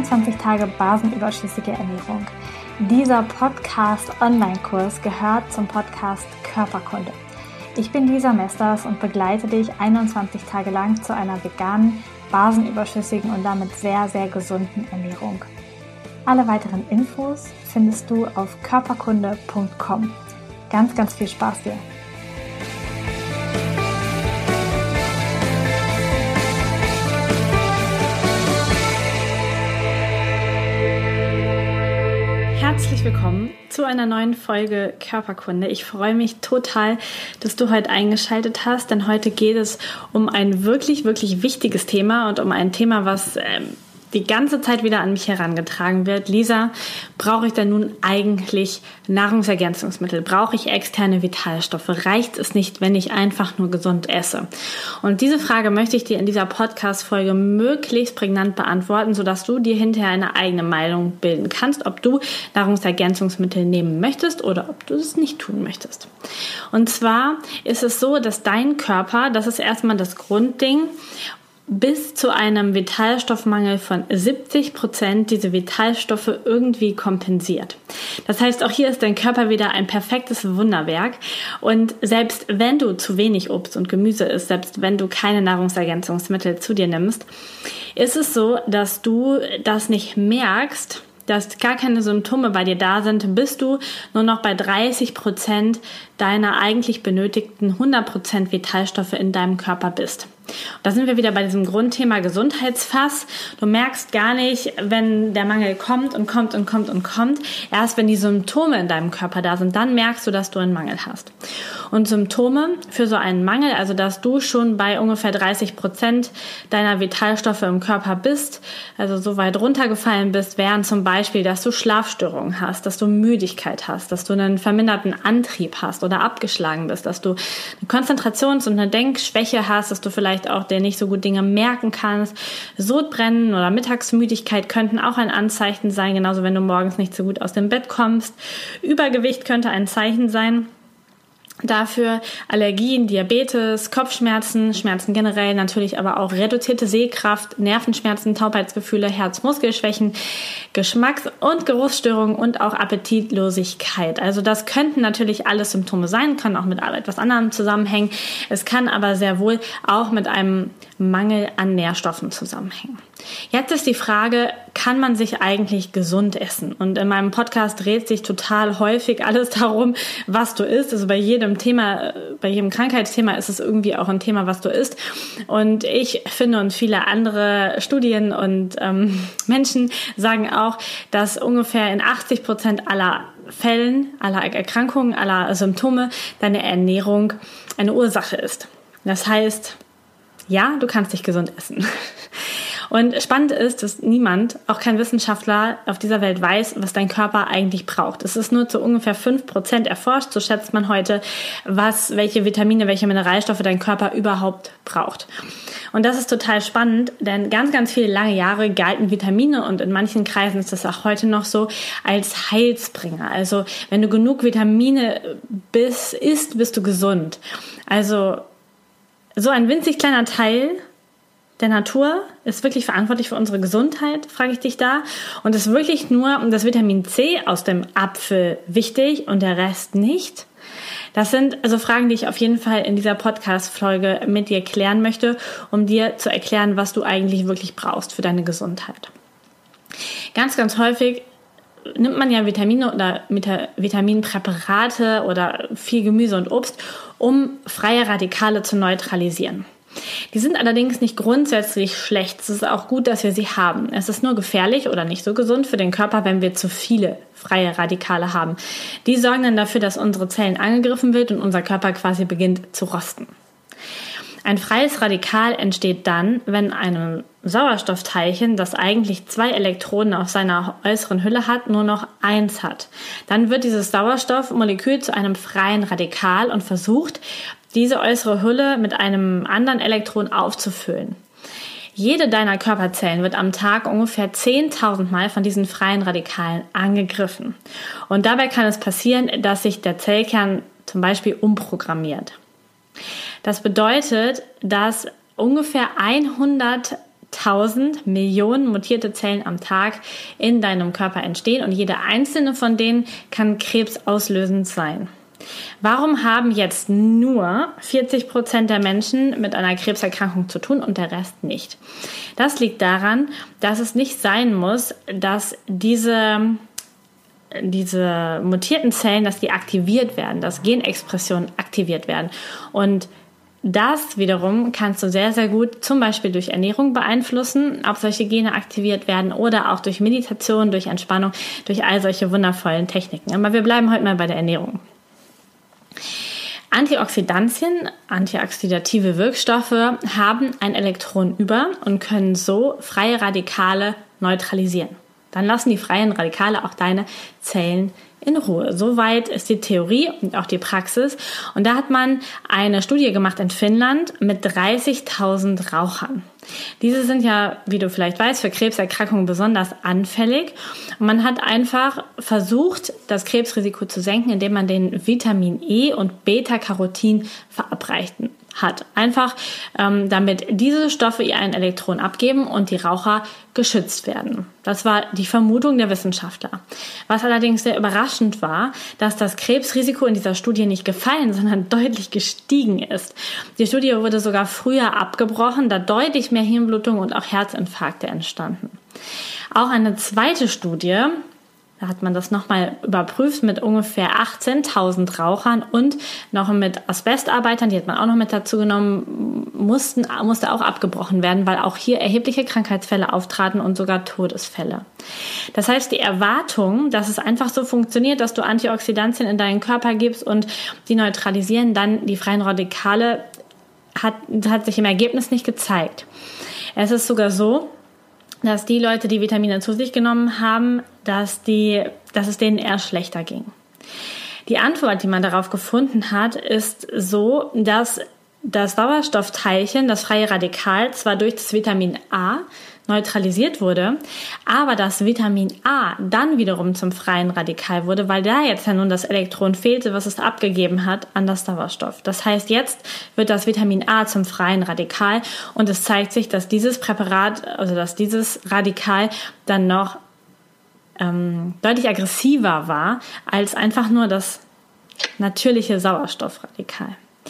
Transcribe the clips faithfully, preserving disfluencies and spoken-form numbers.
einundzwanzig Tage basenüberschüssige Ernährung. Dieser Podcast-Online-Kurs gehört zum Podcast Körperkunde. Ich bin Lisa Mesters und begleite dich einundzwanzig Tage lang zu einer veganen, basenüberschüssigen und damit sehr, sehr gesunden Ernährung. Alle weiteren Infos findest du auf körperkunde punkt com. Ganz, ganz viel Spaß dir! Herzlich willkommen zu einer neuen Folge Körperkunde. Ich freue mich total, dass du heute eingeschaltet hast, denn heute geht es um ein wirklich, wirklich wichtiges Thema und um ein Thema, was ähm, die ganze Zeit wieder an mich herangetragen wird. Lisa, brauche ich denn nun eigentlich Nahrungsergänzungsmittel? Brauche ich externe Vitalstoffe? Reicht es nicht, wenn ich einfach nur gesund esse? Und diese Frage möchte ich dir in dieser Podcast-Folge möglichst prägnant beantworten, sodass du dir hinterher eine eigene Meinung bilden kannst, ob du Nahrungsergänzungsmittel nehmen möchtest oder ob du es nicht tun möchtest. Und zwar ist es so, dass dein Körper, das ist erstmal das Grundding, bis zu einem Vitalstoffmangel von siebzig Prozent diese Vitalstoffe irgendwie kompensiert. Das heißt, auch hier ist dein Körper wieder ein perfektes Wunderwerk. Und selbst wenn du zu wenig Obst und Gemüse isst, selbst wenn du keine Nahrungsergänzungsmittel zu dir nimmst, ist es so, dass du das nicht merkst, dass gar keine Symptome bei dir da sind, bis du nur noch bei dreißig Prozent deiner eigentlich benötigten hundert Prozent Vitalstoffe in deinem Körper bist. Da sind wir wieder bei diesem Grundthema Gesundheitsfass. Du merkst gar nicht, wenn der Mangel kommt und kommt und kommt und kommt. Erst wenn die Symptome in deinem Körper da sind, dann merkst du, dass du einen Mangel hast. Und Symptome für so einen Mangel, also dass du schon bei ungefähr dreißig Prozent deiner Vitalstoffe im Körper bist, also so weit runtergefallen bist, wären zum Beispiel, dass du Schlafstörungen hast, dass du Müdigkeit hast, dass du einen verminderten Antrieb hast oder abgeschlagen bist, dass du eine Konzentrations- und eine Denkschwäche hast, dass du vielleicht auch dir nicht so gut Dinge merken kannst. Sodbrennen oder Mittagsmüdigkeit könnten auch ein Anzeichen sein, genauso wenn du morgens nicht so gut aus dem Bett kommst. Übergewicht könnte ein Zeichen sein dafür, Allergien, Diabetes, Kopfschmerzen, Schmerzen generell, natürlich aber auch reduzierte Sehkraft, Nervenschmerzen, Taubheitsgefühle, Herz-Muskelschwächen, Geschmacks- und Geruchsstörungen und auch Appetitlosigkeit. Also das könnten natürlich alles Symptome sein, können auch mit etwas anderem zusammenhängen. Es kann aber sehr wohl auch mit einem Mangel an Nährstoffen zusammenhängen. Jetzt ist die Frage, kann man sich eigentlich gesund essen? Und in meinem Podcast dreht sich total häufig alles darum, was du isst. Also bei jedem Thema, bei jedem Krankheitsthema ist es irgendwie auch ein Thema, was du isst. Und ich finde und viele andere Studien und ähm, Menschen sagen auch, dass ungefähr in achtzig Prozent aller Fällen, aller Erkrankungen, aller Symptome deine Ernährung eine Ursache ist. Das heißt, ja, du kannst dich gesund essen. Und spannend ist, dass niemand, auch kein Wissenschaftler auf dieser Welt weiß, was dein Körper eigentlich braucht. Es ist nur zu ungefähr fünf Prozent erforscht, so schätzt man heute, was, welche Vitamine, welche Mineralstoffe dein Körper überhaupt braucht. Und das ist total spannend, denn ganz, ganz viele lange Jahre galten Vitamine und in manchen Kreisen ist das auch heute noch so als Heilsbringer. Also wenn du genug Vitamine bist, isst, bist du gesund. Also so ein winzig kleiner Teil der Natur ist wirklich verantwortlich für unsere Gesundheit, frage ich dich da. Und es ist wirklich nur das Vitamin C aus dem Apfel wichtig und der Rest nicht. Das sind also Fragen, die ich auf jeden Fall in dieser Podcast-Folge mit dir klären möchte, um dir zu erklären, was du eigentlich wirklich brauchst für deine Gesundheit. Ganz, ganz häufig nimmt man ja Vitamine oder Vitaminpräparate oder viel Gemüse und Obst, um freie Radikale zu neutralisieren. Die sind allerdings nicht grundsätzlich schlecht. Es ist auch gut, dass wir sie haben. Es ist nur gefährlich oder nicht so gesund für den Körper, wenn wir zu viele freie Radikale haben. Die sorgen dann dafür, dass unsere Zellen angegriffen wird und unser Körper quasi beginnt zu rosten. Ein freies Radikal entsteht dann, wenn ein Sauerstoffteilchen, das eigentlich zwei Elektronen auf seiner äußeren Hülle hat, nur noch eins hat. Dann wird dieses Sauerstoffmolekül zu einem freien Radikal und versucht, diese äußere Hülle mit einem anderen Elektron aufzufüllen. Jede deiner Körperzellen wird am Tag ungefähr zehntausend Mal von diesen freien Radikalen angegriffen. Und dabei kann es passieren, dass sich der Zellkern zum Beispiel umprogrammiert. Das bedeutet, dass ungefähr hundert tausend Millionen mutierte Zellen am Tag in deinem Körper entstehen und jede einzelne von denen kann krebsauslösend sein. Warum haben jetzt nur vierzig Prozent der Menschen mit einer Krebserkrankung zu tun und der Rest nicht? Das liegt daran, dass es nicht sein muss, dass diese, diese mutierten Zellen, dass die aktiviert werden, dass Genexpressionen aktiviert werden. Und das wiederum kannst du sehr, sehr gut zum Beispiel durch Ernährung beeinflussen, ob solche Gene aktiviert werden oder auch durch Meditation, durch Entspannung, durch all solche wundervollen Techniken. Aber wir bleiben heute mal bei der Ernährung. Antioxidantien, antioxidative Wirkstoffe, haben ein Elektron über und können so freie Radikale neutralisieren. Dann lassen die freien Radikale auch deine Zellen in Ruhe. Soweit ist die Theorie und auch die Praxis. Und da hat man eine Studie gemacht in Finnland mit dreißigtausend Rauchern. Diese sind ja, wie du vielleicht weißt, für Krebserkrankungen besonders anfällig. Und man hat einfach versucht, das Krebsrisiko zu senken, indem man den Vitamin E und Beta-Carotin verabreichen hat. Einfach, ähm, damit diese Stoffe ihr ein Elektron abgeben und die Raucher geschützt werden. Das war die Vermutung der Wissenschaftler. Was allerdings sehr überraschend war, dass das Krebsrisiko in dieser Studie nicht gefallen, sondern deutlich gestiegen ist. Die Studie wurde sogar früher abgebrochen, da deutlich mehr Hirnblutung und auch Herzinfarkte entstanden. Auch eine zweite Studie, da hat man das nochmal überprüft mit ungefähr achtzehntausend Rauchern und noch mit Asbestarbeitern, die hat man auch noch mit dazu genommen, mussten, musste auch abgebrochen werden, weil auch hier erhebliche Krankheitsfälle auftraten und sogar Todesfälle. Das heißt, die Erwartung, dass es einfach so funktioniert, dass du Antioxidantien in deinen Körper gibst und die neutralisieren dann die freien Radikale, hat, hat sich im Ergebnis nicht gezeigt. Es ist sogar so, dass die Leute, die Vitamine zu sich genommen haben, dass, die, dass es denen eher schlechter ging. Die Antwort, die man darauf gefunden hat, ist so, dass das Sauerstoffteilchen, das freie Radikal, zwar durch das Vitamin A neutralisiert wurde, aber das Vitamin A dann wiederum zum freien Radikal wurde, weil da jetzt ja nun das Elektron fehlte, was es abgegeben hat an das Sauerstoff. Das heißt, jetzt wird das Vitamin A zum freien Radikal und es zeigt sich, dass dieses Präparat, also dass dieses Radikal dann noch ähm, deutlich aggressiver war als einfach nur das natürliche Sauerstoffradikal.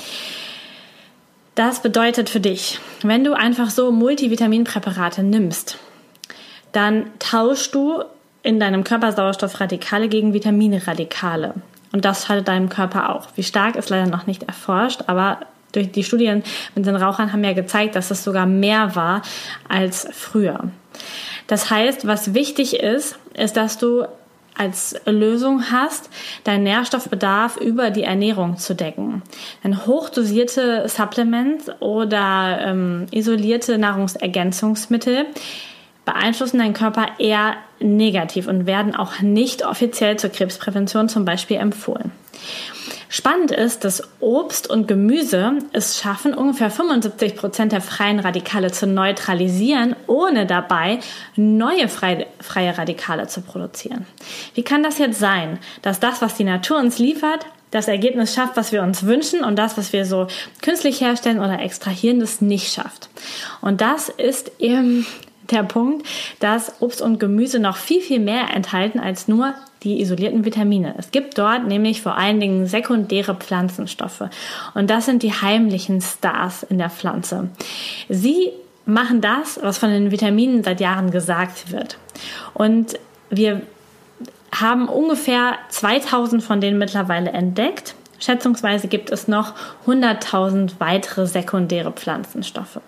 Das bedeutet für dich, wenn du einfach so Multivitaminpräparate nimmst, dann tauschst du in deinem Körper Sauerstoffradikale gegen Vitaminradikale. Und das schadet deinem Körper auch. Wie stark ist leider noch nicht erforscht, aber durch die Studien mit den Rauchern haben ja gezeigt, dass es sogar mehr war als früher. Das heißt, was wichtig ist, ist, dass du als Lösung hast, deinen Nährstoffbedarf über die Ernährung zu decken. Denn hochdosierte Supplements oder ähm, isolierte Nahrungsergänzungsmittel beeinflussen deinen Körper eher negativ und werden auch nicht offiziell zur Krebsprävention zum Beispiel empfohlen. Spannend ist, dass Obst und Gemüse es schaffen, ungefähr fünfundsiebzig Prozent der freien Radikale zu neutralisieren, ohne dabei neue freie, freie Radikale zu produzieren. Wie kann das jetzt sein, dass das, was die Natur uns liefert, das Ergebnis schafft, was wir uns wünschen und das, was wir so künstlich herstellen oder extrahieren, das nicht schafft? Und das ist eben der Punkt, dass Obst und Gemüse noch viel, viel mehr enthalten als nur die isolierten Vitamine. Es gibt dort nämlich vor allen Dingen sekundäre Pflanzenstoffe. Und das sind die heimlichen Stars in der Pflanze. Sie machen das, was von den Vitaminen seit Jahren gesagt wird. Und wir haben ungefähr zweitausend von denen mittlerweile entdeckt. Schätzungsweise gibt es noch hunderttausend weitere sekundäre Pflanzenstoffe.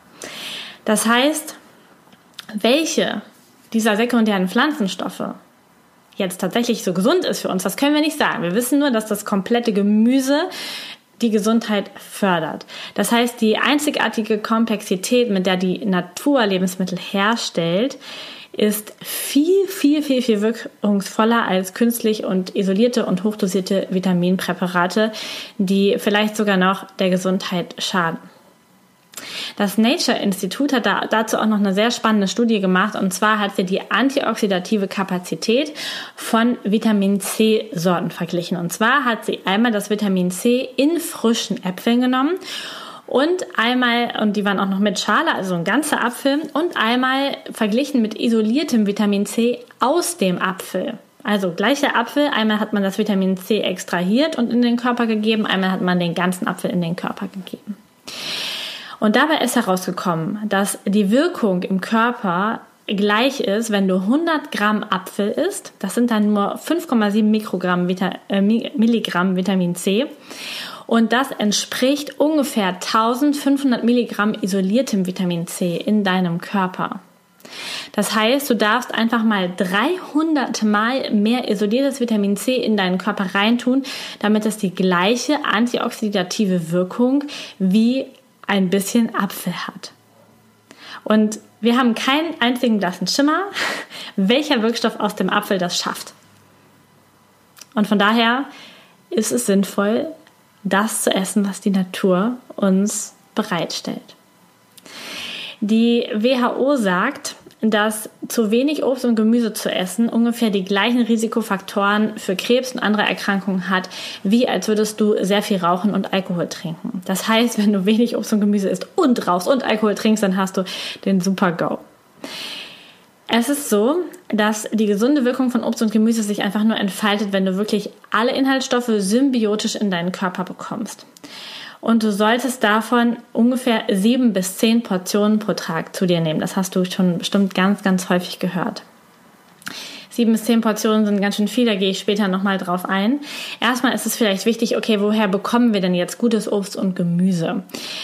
Das heißt, welche dieser sekundären Pflanzenstoffe jetzt tatsächlich so gesund ist für uns, das können wir nicht sagen. Wir wissen nur, dass das komplette Gemüse die Gesundheit fördert. Das heißt, die einzigartige Komplexität, mit der die Natur Lebensmittel herstellt, ist viel, viel, viel, viel wirkungsvoller als künstlich und isolierte und hochdosierte Vitaminpräparate, die vielleicht sogar noch der Gesundheit schaden. Das Nature-Institut hat da, dazu auch noch eine sehr spannende Studie gemacht, und zwar hat sie die antioxidative Kapazität von Vitamin-C-Sorten verglichen. Und zwar hat sie einmal das Vitamin C in frischen Äpfeln genommen Und einmal, und die waren auch noch mit Schale, also ein ganzer Apfel, und einmal verglichen mit isoliertem Vitamin C aus dem Apfel. Also gleicher Apfel, einmal hat man das Vitamin C extrahiert und in den Körper gegeben, einmal hat man den ganzen Apfel in den Körper gegeben. Und dabei ist herausgekommen, dass die Wirkung im Körper gleich ist, wenn du hundert Gramm Apfel isst. Das sind dann nur fünf Komma sieben Mikrogramm Vita, äh, Milligramm Vitamin C. Und das entspricht ungefähr eintausendfünfhundert Milligramm isoliertem Vitamin C in deinem Körper. Das heißt, du darfst einfach mal dreihundert Mal mehr isoliertes Vitamin C in deinen Körper reintun, damit es die gleiche antioxidative Wirkung wie ein bisschen Apfel hat. Und wir haben keinen einzigen blassen Schimmer, welcher Wirkstoff aus dem Apfel das schafft. Und von daher ist es sinnvoll, das zu essen, was die Natur uns bereitstellt. Die W H O sagt, dass zu wenig Obst und Gemüse zu essen ungefähr die gleichen Risikofaktoren für Krebs und andere Erkrankungen hat, wie als würdest du sehr viel rauchen und Alkohol trinken. Das heißt, wenn du wenig Obst und Gemüse isst und rauchst und Alkohol trinkst, dann hast du den Super-GO. Es ist so, dass die gesunde Wirkung von Obst und Gemüse sich einfach nur entfaltet, wenn du wirklich alle Inhaltsstoffe symbiotisch in deinen Körper bekommst. Und du solltest davon ungefähr sieben bis zehn Portionen pro Tag zu dir nehmen. Das hast du schon bestimmt ganz, ganz häufig gehört. Sieben bis zehn Portionen sind ganz schön viel, da gehe ich später nochmal drauf ein. Erstmal ist es vielleicht wichtig, okay, woher bekommen wir denn jetzt gutes Obst und Gemüse?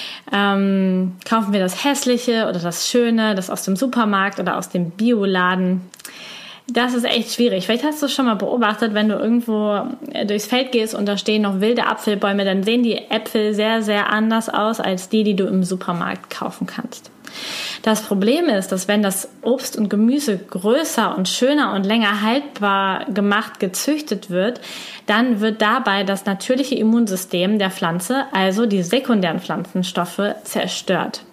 Ähm, kaufen wir das Hässliche oder das Schöne, das aus dem Supermarkt oder aus dem Bioladen? Das ist echt schwierig. Vielleicht hast du es schon mal beobachtet, wenn du irgendwo durchs Feld gehst und da stehen noch wilde Apfelbäume, dann sehen die Äpfel sehr, sehr anders aus als die, die du im Supermarkt kaufen kannst. Das Problem ist, dass wenn das Obst und Gemüse größer und schöner und länger haltbar gemacht, gezüchtet wird, dann wird dabei das natürliche Immunsystem der Pflanze, also die sekundären Pflanzenstoffe, zerstört.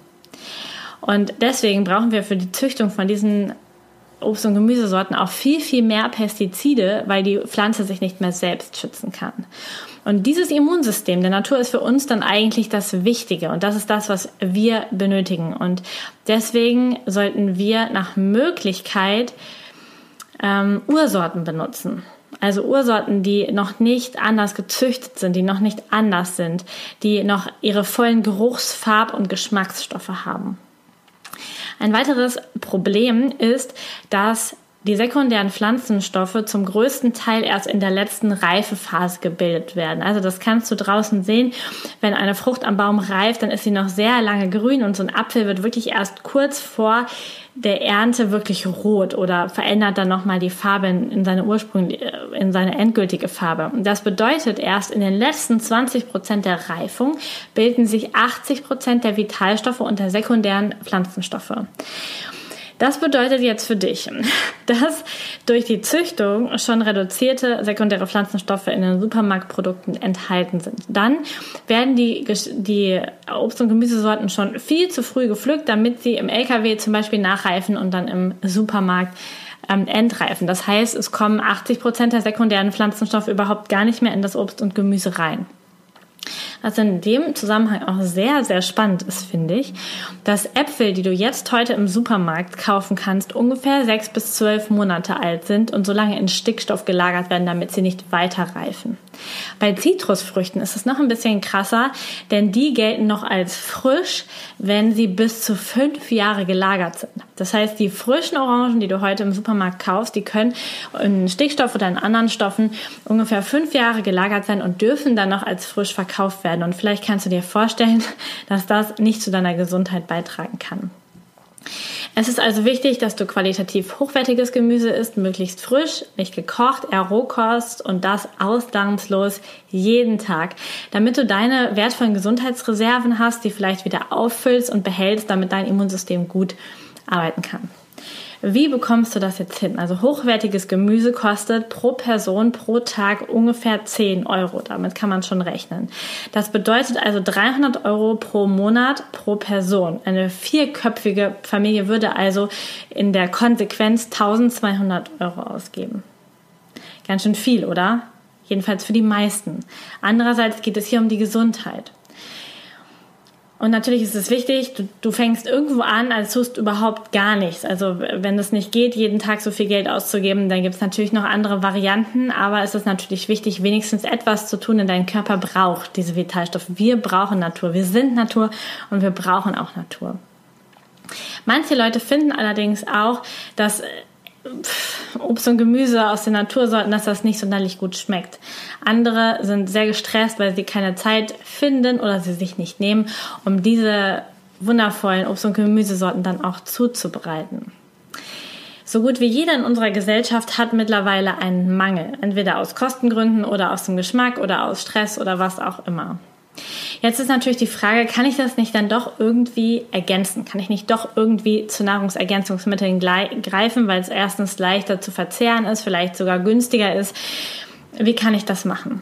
Und deswegen brauchen wir für die Züchtung von diesen Obst- und Gemüsesorten auch viel, viel mehr Pestizide, weil die Pflanze sich nicht mehr selbst schützen kann. Und dieses Immunsystem der Natur ist für uns dann eigentlich das Wichtige und das ist das, was wir benötigen. Und deswegen sollten wir nach Möglichkeit ähm, Ursorten benutzen. Also Ursorten, die noch nicht anders gezüchtet sind, die noch nicht anders sind, die noch ihre vollen Geruchs-, Farb- und Geschmacksstoffe haben. Ein weiteres Problem ist, dass die sekundären Pflanzenstoffe zum größten Teil erst in der letzten Reifephase gebildet werden. Also das kannst du draußen sehen, wenn eine Frucht am Baum reift, dann ist sie noch sehr lange grün und so ein Apfel wird wirklich erst kurz vor der Ernte wirklich rot oder verändert dann nochmal die Farbe in, in seine ursprüngliche, in seine endgültige Farbe. Und das bedeutet, erst in den letzten zwanzig Prozent der Reifung bilden sich achtzig Prozent der Vitalstoffe und der sekundären Pflanzenstoffe. Das bedeutet jetzt für dich, dass durch die Züchtung schon reduzierte sekundäre Pflanzenstoffe in den Supermarktprodukten enthalten sind. Dann werden die, die Obst- und Gemüsesorten schon viel zu früh gepflückt, damit sie im L K W zum Beispiel nachreifen und dann im Supermarkt ähm, entreifen. Das heißt, es kommen achtzig Prozent der sekundären Pflanzenstoffe überhaupt gar nicht mehr in das Obst und Gemüse rein. Was in dem Zusammenhang auch sehr, sehr spannend ist, finde ich, dass Äpfel, die du jetzt heute im Supermarkt kaufen kannst, ungefähr sechs bis zwölf Monate alt sind und so lange in Stickstoff gelagert werden, damit sie nicht weiter reifen. Bei Zitrusfrüchten ist es noch ein bisschen krasser, denn die gelten noch als frisch, wenn sie bis zu fünf Jahre gelagert sind. Das heißt, die frischen Orangen, die du heute im Supermarkt kaufst, die können in Stickstoff oder in anderen Stoffen ungefähr fünf Jahre gelagert sein und dürfen dann noch als frisch verkauft werden. Und vielleicht kannst du dir vorstellen, dass das nicht zu deiner Gesundheit beitragen kann. Es ist also wichtig, dass du qualitativ hochwertiges Gemüse isst, möglichst frisch, nicht gekocht, eher Rohkost und das ausnahmslos jeden Tag, damit du deine wertvollen Gesundheitsreserven hast, die vielleicht wieder auffüllst und behältst, damit dein Immunsystem gut arbeiten kann. Wie bekommst du das jetzt hin? Also hochwertiges Gemüse kostet pro Person pro Tag ungefähr zehn Euro. Damit kann man schon rechnen. Das bedeutet also dreihundert Euro pro Monat pro Person. Eine vierköpfige Familie würde also in der Konsequenz eintausendzweihundert Euro ausgeben. Ganz schön viel, oder? Jedenfalls für die meisten. Andererseits geht es hier um die Gesundheit. Und natürlich ist es wichtig, du, du fängst irgendwo an, als tust du überhaupt gar nichts. Also wenn es nicht geht, jeden Tag so viel Geld auszugeben, dann gibt es natürlich noch andere Varianten. Aber es ist natürlich wichtig, wenigstens etwas zu tun, denn dein Körper braucht diese Vitalstoffe. Wir brauchen Natur. Wir sind Natur und wir brauchen auch Natur. Manche Leute finden allerdings auch, dass Obst und Gemüse aus der Natursorten, dass das nicht sonderlich gut schmeckt. Andere sind sehr gestresst, weil sie keine Zeit finden oder sie sich nicht nehmen, um diese wundervollen Obst- und Gemüsesorten dann auch zuzubereiten. So gut wie jeder in unserer Gesellschaft hat mittlerweile einen Mangel, entweder aus Kostengründen oder aus dem Geschmack oder aus Stress oder was auch immer. Jetzt ist natürlich die Frage, kann ich das nicht dann doch irgendwie ergänzen? Kann ich nicht doch irgendwie zu Nahrungsergänzungsmitteln greifen, weil es erstens leichter zu verzehren ist, vielleicht sogar günstiger ist? Wie kann ich das machen?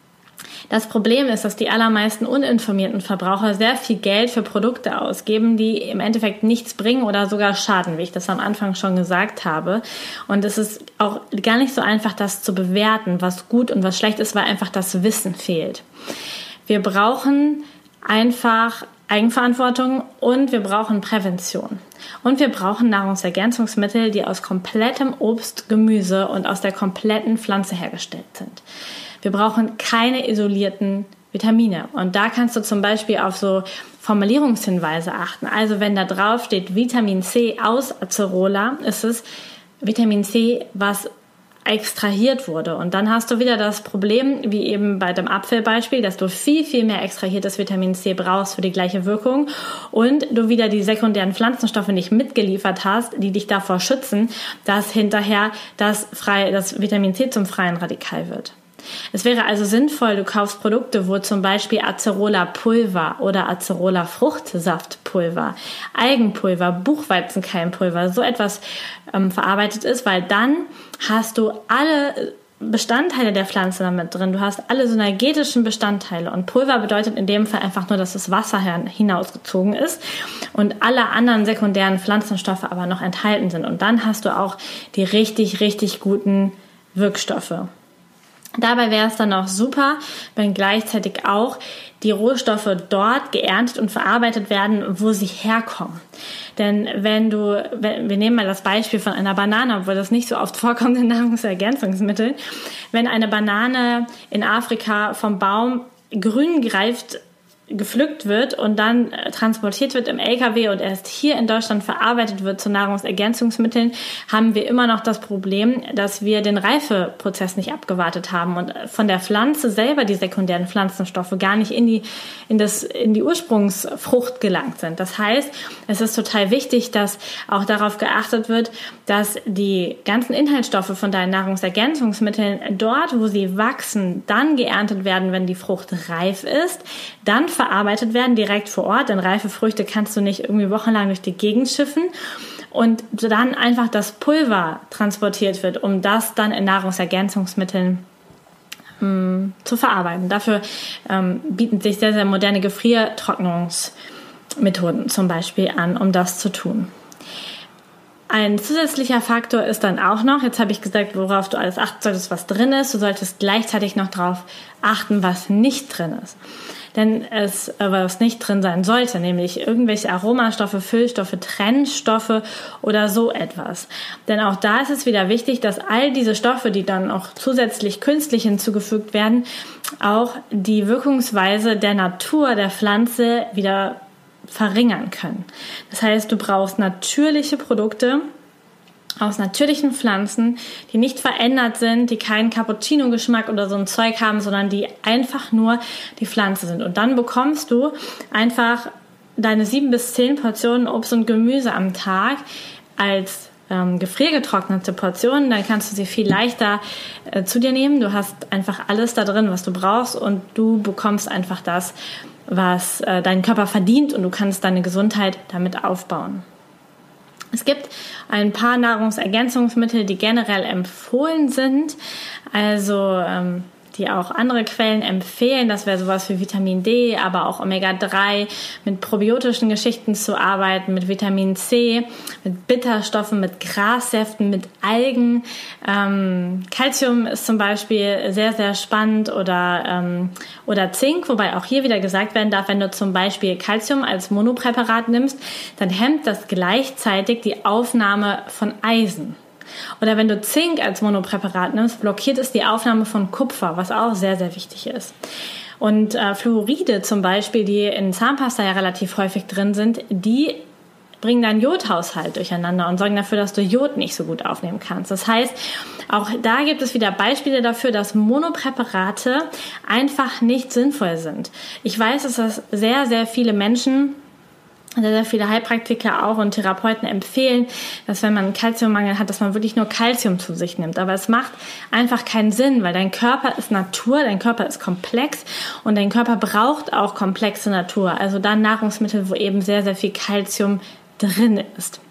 Das Problem ist, dass die allermeisten uninformierten Verbraucher sehr viel Geld für Produkte ausgeben, die im Endeffekt nichts bringen oder sogar schaden, wie ich das am Anfang schon gesagt habe. Und es ist auch gar nicht so einfach, das zu bewerten, was gut und was schlecht ist, weil einfach das Wissen fehlt. Wir brauchen einfach Eigenverantwortung und wir brauchen Prävention. Und wir brauchen Nahrungsergänzungsmittel, die aus komplettem Obst, Gemüse und aus der kompletten Pflanze hergestellt sind. Wir brauchen keine isolierten Vitamine. Und da kannst du zum Beispiel auf so Formulierungshinweise achten. Also wenn da drauf steht Vitamin C aus Acerola, ist es Vitamin C, was extrahiert wurde. Und dann hast du wieder das Problem, wie eben bei dem Apfelbeispiel, dass du viel, viel mehr extrahiertes Vitamin C brauchst für die gleiche Wirkung und du wieder die sekundären Pflanzenstoffe nicht mitgeliefert hast, die dich davor schützen, dass hinterher das, frei, das Vitamin C zum freien Radikal wird. Es wäre also sinnvoll, du kaufst Produkte, wo zum Beispiel Acerola-Pulver oder Acerola-Fruchtsaftpulver, Algenpulver, Buchweizenkeimpulver, so etwas ähm, verarbeitet ist, weil dann hast du alle Bestandteile der Pflanze damit drin. Du hast alle synergetischen Bestandteile und Pulver bedeutet in dem Fall einfach nur, dass das Wasser hinausgezogen ist und alle anderen sekundären Pflanzenstoffe aber noch enthalten sind. Und dann hast du auch die richtig, richtig guten Wirkstoffe. Dabei wäre es dann auch super, wenn gleichzeitig auch die Rohstoffe dort geerntet und verarbeitet werden, wo sie herkommen. Denn wenn du, wenn, wir nehmen mal das Beispiel von einer Banane, obwohl das nicht so oft vorkommt in Nahrungsergänzungsmitteln, wenn eine Banane in Afrika vom Baum grün greift, gepflückt wird und dann transportiert wird im L K W und erst hier in Deutschland verarbeitet wird zu Nahrungsergänzungsmitteln, haben wir immer noch das Problem, dass wir den Reifeprozess nicht abgewartet haben und von der Pflanze selber die sekundären Pflanzenstoffe gar nicht in die, in das, in die Ursprungsfrucht gelangt sind. Das heißt, es ist total wichtig, dass auch darauf geachtet wird, dass die ganzen Inhaltsstoffe von deinen Nahrungsergänzungsmitteln dort, wo sie wachsen, dann geerntet werden, wenn die Frucht reif ist, dann verarbeitet werden, direkt vor Ort, denn reife Früchte kannst du nicht irgendwie wochenlang durch die Gegend schiffen und dann einfach das Pulver transportiert wird, um das dann in Nahrungsergänzungsmitteln mh, zu verarbeiten. Dafür ähm, bieten sich sehr, sehr moderne Gefriertrocknungsmethoden zum Beispiel an, um das zu tun. Ein zusätzlicher Faktor ist dann auch noch, jetzt habe ich gesagt, worauf du alles achten solltest, was drin ist. Du solltest gleichzeitig noch darauf achten, was nicht drin ist. Denn es, was nicht drin sein sollte, nämlich irgendwelche Aromastoffe, Füllstoffe, Trennstoffe oder so etwas. Denn auch da ist es wieder wichtig, dass all diese Stoffe, die dann auch zusätzlich künstlich hinzugefügt werden, auch die Wirkungsweise der Natur, der Pflanze wieder verringern können. Das heißt, du brauchst natürliche Produkte aus natürlichen Pflanzen, die nicht verändert sind, die keinen Cappuccino-Geschmack oder so ein Zeug haben, sondern die einfach nur die Pflanze sind. Und dann bekommst du einfach deine sieben bis zehn Portionen Obst und Gemüse am Tag als ähm, gefriergetrocknete Portionen. Dann kannst du sie viel leichter äh, zu dir nehmen. Du hast einfach alles da drin, was du brauchst und du bekommst einfach das, was äh, dein Körper verdient und du kannst deine Gesundheit damit aufbauen. Es gibt ein paar Nahrungsergänzungsmittel, die generell empfohlen sind, also ähm, die auch andere Quellen empfehlen. Das wäre sowas wie Vitamin D, aber auch Omega drei, mit probiotischen Geschichten zu arbeiten, mit Vitamin C, mit Bitterstoffen, mit Grassäften, mit Algen. Ähm, Calcium ist zum Beispiel sehr, sehr spannend oder, ähm, oder Zink, wobei auch hier wieder gesagt werden darf, wenn du zum Beispiel Calcium als Monopräparat nimmst, dann hemmt das gleichzeitig die Aufnahme von Eisen. Oder wenn du Zink als Monopräparat nimmst, blockiert es die Aufnahme von Kupfer, was auch sehr, sehr wichtig ist. Und äh, Fluoride zum Beispiel, die in Zahnpasta ja relativ häufig drin sind, die bringen deinen Jodhaushalt durcheinander und sorgen dafür, dass du Jod nicht so gut aufnehmen kannst. Das heißt, auch da gibt es wieder Beispiele dafür, dass Monopräparate einfach nicht sinnvoll sind. Ich weiß, dass das sehr, sehr viele Menschen, sehr, sehr viele Heilpraktiker auch und Therapeuten empfehlen, dass wenn man einen Kalziummangel hat, dass man wirklich nur Kalzium zu sich nimmt. Aber es macht einfach keinen Sinn, weil dein Körper ist Natur, dein Körper ist komplex und dein Körper braucht auch komplexe Natur. Also dann Nahrungsmittel, wo eben sehr, sehr viel Kalzium drin ist.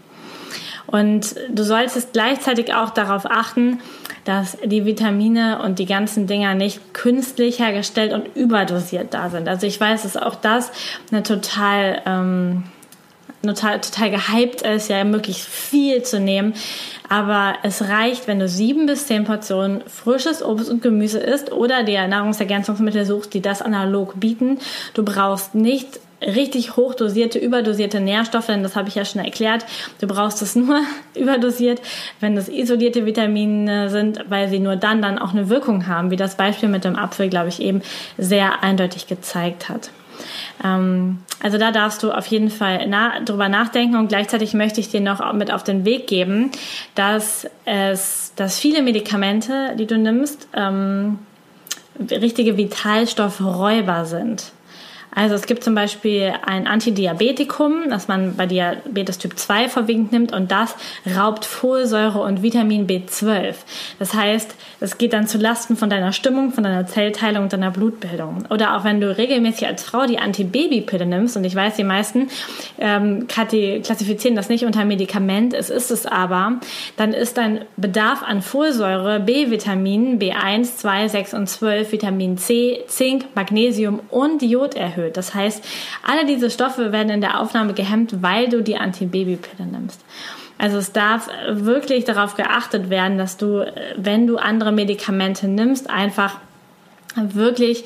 Und du solltest gleichzeitig auch darauf achten, dass die Vitamine und die ganzen Dinger nicht künstlich hergestellt und überdosiert da sind. Also ich weiß, dass auch das eine total, ähm, total, total gehypt ist, ja möglichst viel zu nehmen. Aber es reicht, wenn du sieben bis zehn Portionen frisches Obst und Gemüse isst oder dir Nahrungsergänzungsmittel suchst, die das analog bieten. Du brauchst nicht richtig hochdosierte, überdosierte Nährstoffe, denn das habe ich ja schon erklärt. Du brauchst es nur überdosiert, wenn es isolierte Vitamine sind, weil sie nur dann dann auch eine Wirkung haben, wie das Beispiel mit dem Apfel, glaube ich, eben sehr eindeutig gezeigt hat. Ähm, also da darfst du auf jeden Fall na, drüber nachdenken und gleichzeitig möchte ich dir noch mit auf den Weg geben, dass es, dass viele Medikamente, die du nimmst, ähm, richtige Vitalstoffräuber sind. Also es gibt zum Beispiel ein Antidiabetikum, das man bei Diabetes Typ zwei vorwiegend nimmt und das raubt Folsäure und Vitamin B zwölf. Das heißt, es geht dann zu Lasten von deiner Stimmung, von deiner Zellteilung und deiner Blutbildung. Oder auch wenn du regelmäßig als Frau die Antibabypille nimmst, und ich weiß, die meisten ähm, klassifizieren das nicht unter Medikament, es ist es aber, dann ist dein Bedarf an Folsäure, B-Vitaminen, B eins, zwei, sechs und zwölf, Vitamin C, Zink, Magnesium und Jod erhöht. Das heißt, alle diese Stoffe werden in der Aufnahme gehemmt, weil du die Antibabypille nimmst. Also es darf wirklich darauf geachtet werden, dass du, wenn du andere Medikamente nimmst, einfach wirklich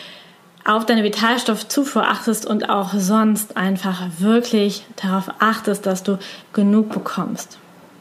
auf deine Vitalstoffzufuhr achtest und auch sonst einfach wirklich darauf achtest, dass du genug bekommst.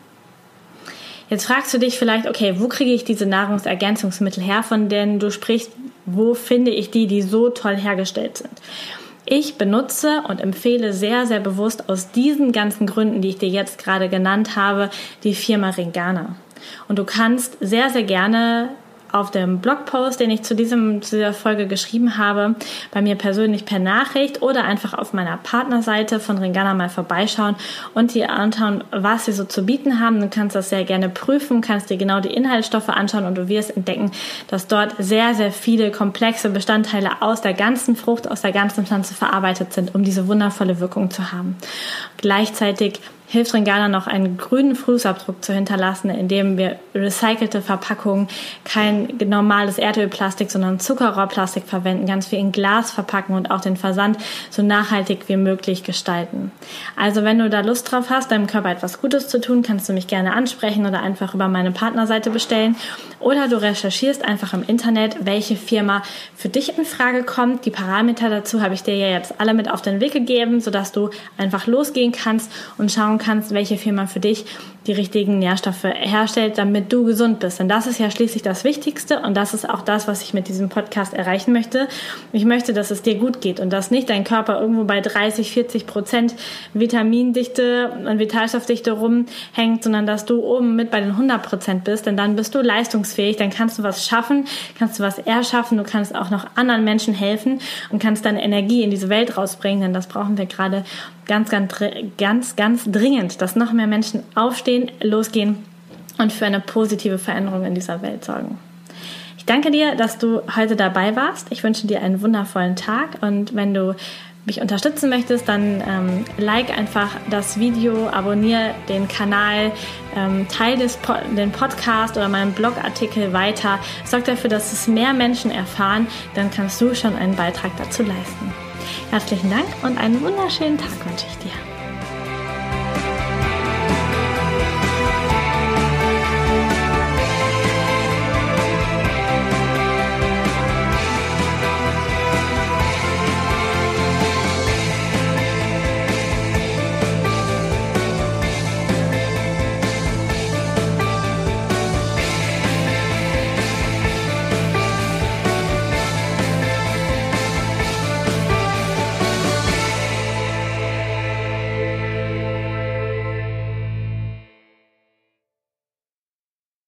Jetzt fragst du dich vielleicht, okay, wo kriege ich diese Nahrungsergänzungsmittel her, von denen du sprichst? Wo finde ich die, die so toll hergestellt sind? Ich benutze und empfehle sehr, sehr bewusst aus diesen ganzen Gründen, die ich dir jetzt gerade genannt habe, die Firma Ringana. Und du kannst sehr, sehr gerne auf dem Blogpost, den ich zu, diesem, zu dieser Folge geschrieben habe, bei mir persönlich per Nachricht oder einfach auf meiner Partnerseite von Ringana mal vorbeischauen und dir anschauen, was sie so zu bieten haben. Du kannst das sehr gerne prüfen, kannst dir genau die Inhaltsstoffe anschauen und du wirst entdecken, dass dort sehr, sehr viele komplexe Bestandteile aus der ganzen Frucht, aus der ganzen Pflanze verarbeitet sind, um diese wundervolle Wirkung zu haben. Gleichzeitig hilft Ringana noch einen grünen Fußabdruck zu hinterlassen, indem wir recycelte Verpackungen, kein normales Erdölplastik, sondern Zuckerrohrplastik verwenden, ganz viel in Glas verpacken und auch den Versand so nachhaltig wie möglich gestalten. Also wenn du da Lust drauf hast, deinem Körper etwas Gutes zu tun, kannst du mich gerne ansprechen oder einfach über meine Partnerseite bestellen. Oder du recherchierst einfach im Internet, welche Firma für dich in Frage kommt. Die Parameter dazu habe ich dir ja jetzt alle mit auf den Weg gegeben, sodass du einfach losgehen kannst und schauen kannst, welche Firma für dich die richtigen Nährstoffe herstellt, damit du gesund bist. Denn das ist ja schließlich das Wichtigste und das ist auch das, was ich mit diesem Podcast erreichen möchte. Ich möchte, dass es dir gut geht und dass nicht dein Körper irgendwo bei dreißig, vierzig Prozent Vitamindichte und Vitalstoffdichte rumhängt, sondern dass du oben mit bei den hundert Prozent bist, denn dann bist du leistungsfähig, dann kannst du was schaffen, kannst du was erschaffen, du kannst auch noch anderen Menschen helfen und kannst deine Energie in diese Welt rausbringen, denn das brauchen wir gerade ganz, ganz, ganz, ganz dringend, dass noch mehr Menschen aufstehen, losgehen und für eine positive Veränderung in dieser Welt sorgen. Ich danke dir, dass du heute dabei warst. Ich wünsche dir einen wundervollen Tag und wenn du mich unterstützen möchtest, dann ähm, like einfach das Video, abonniere den Kanal, ähm, teile den Podcast oder meinen Blogartikel weiter. Sorg dafür, dass es mehr Menschen erfahren, dann kannst du schon einen Beitrag dazu leisten. Herzlichen Dank und einen wunderschönen Tag wünsche ich dir.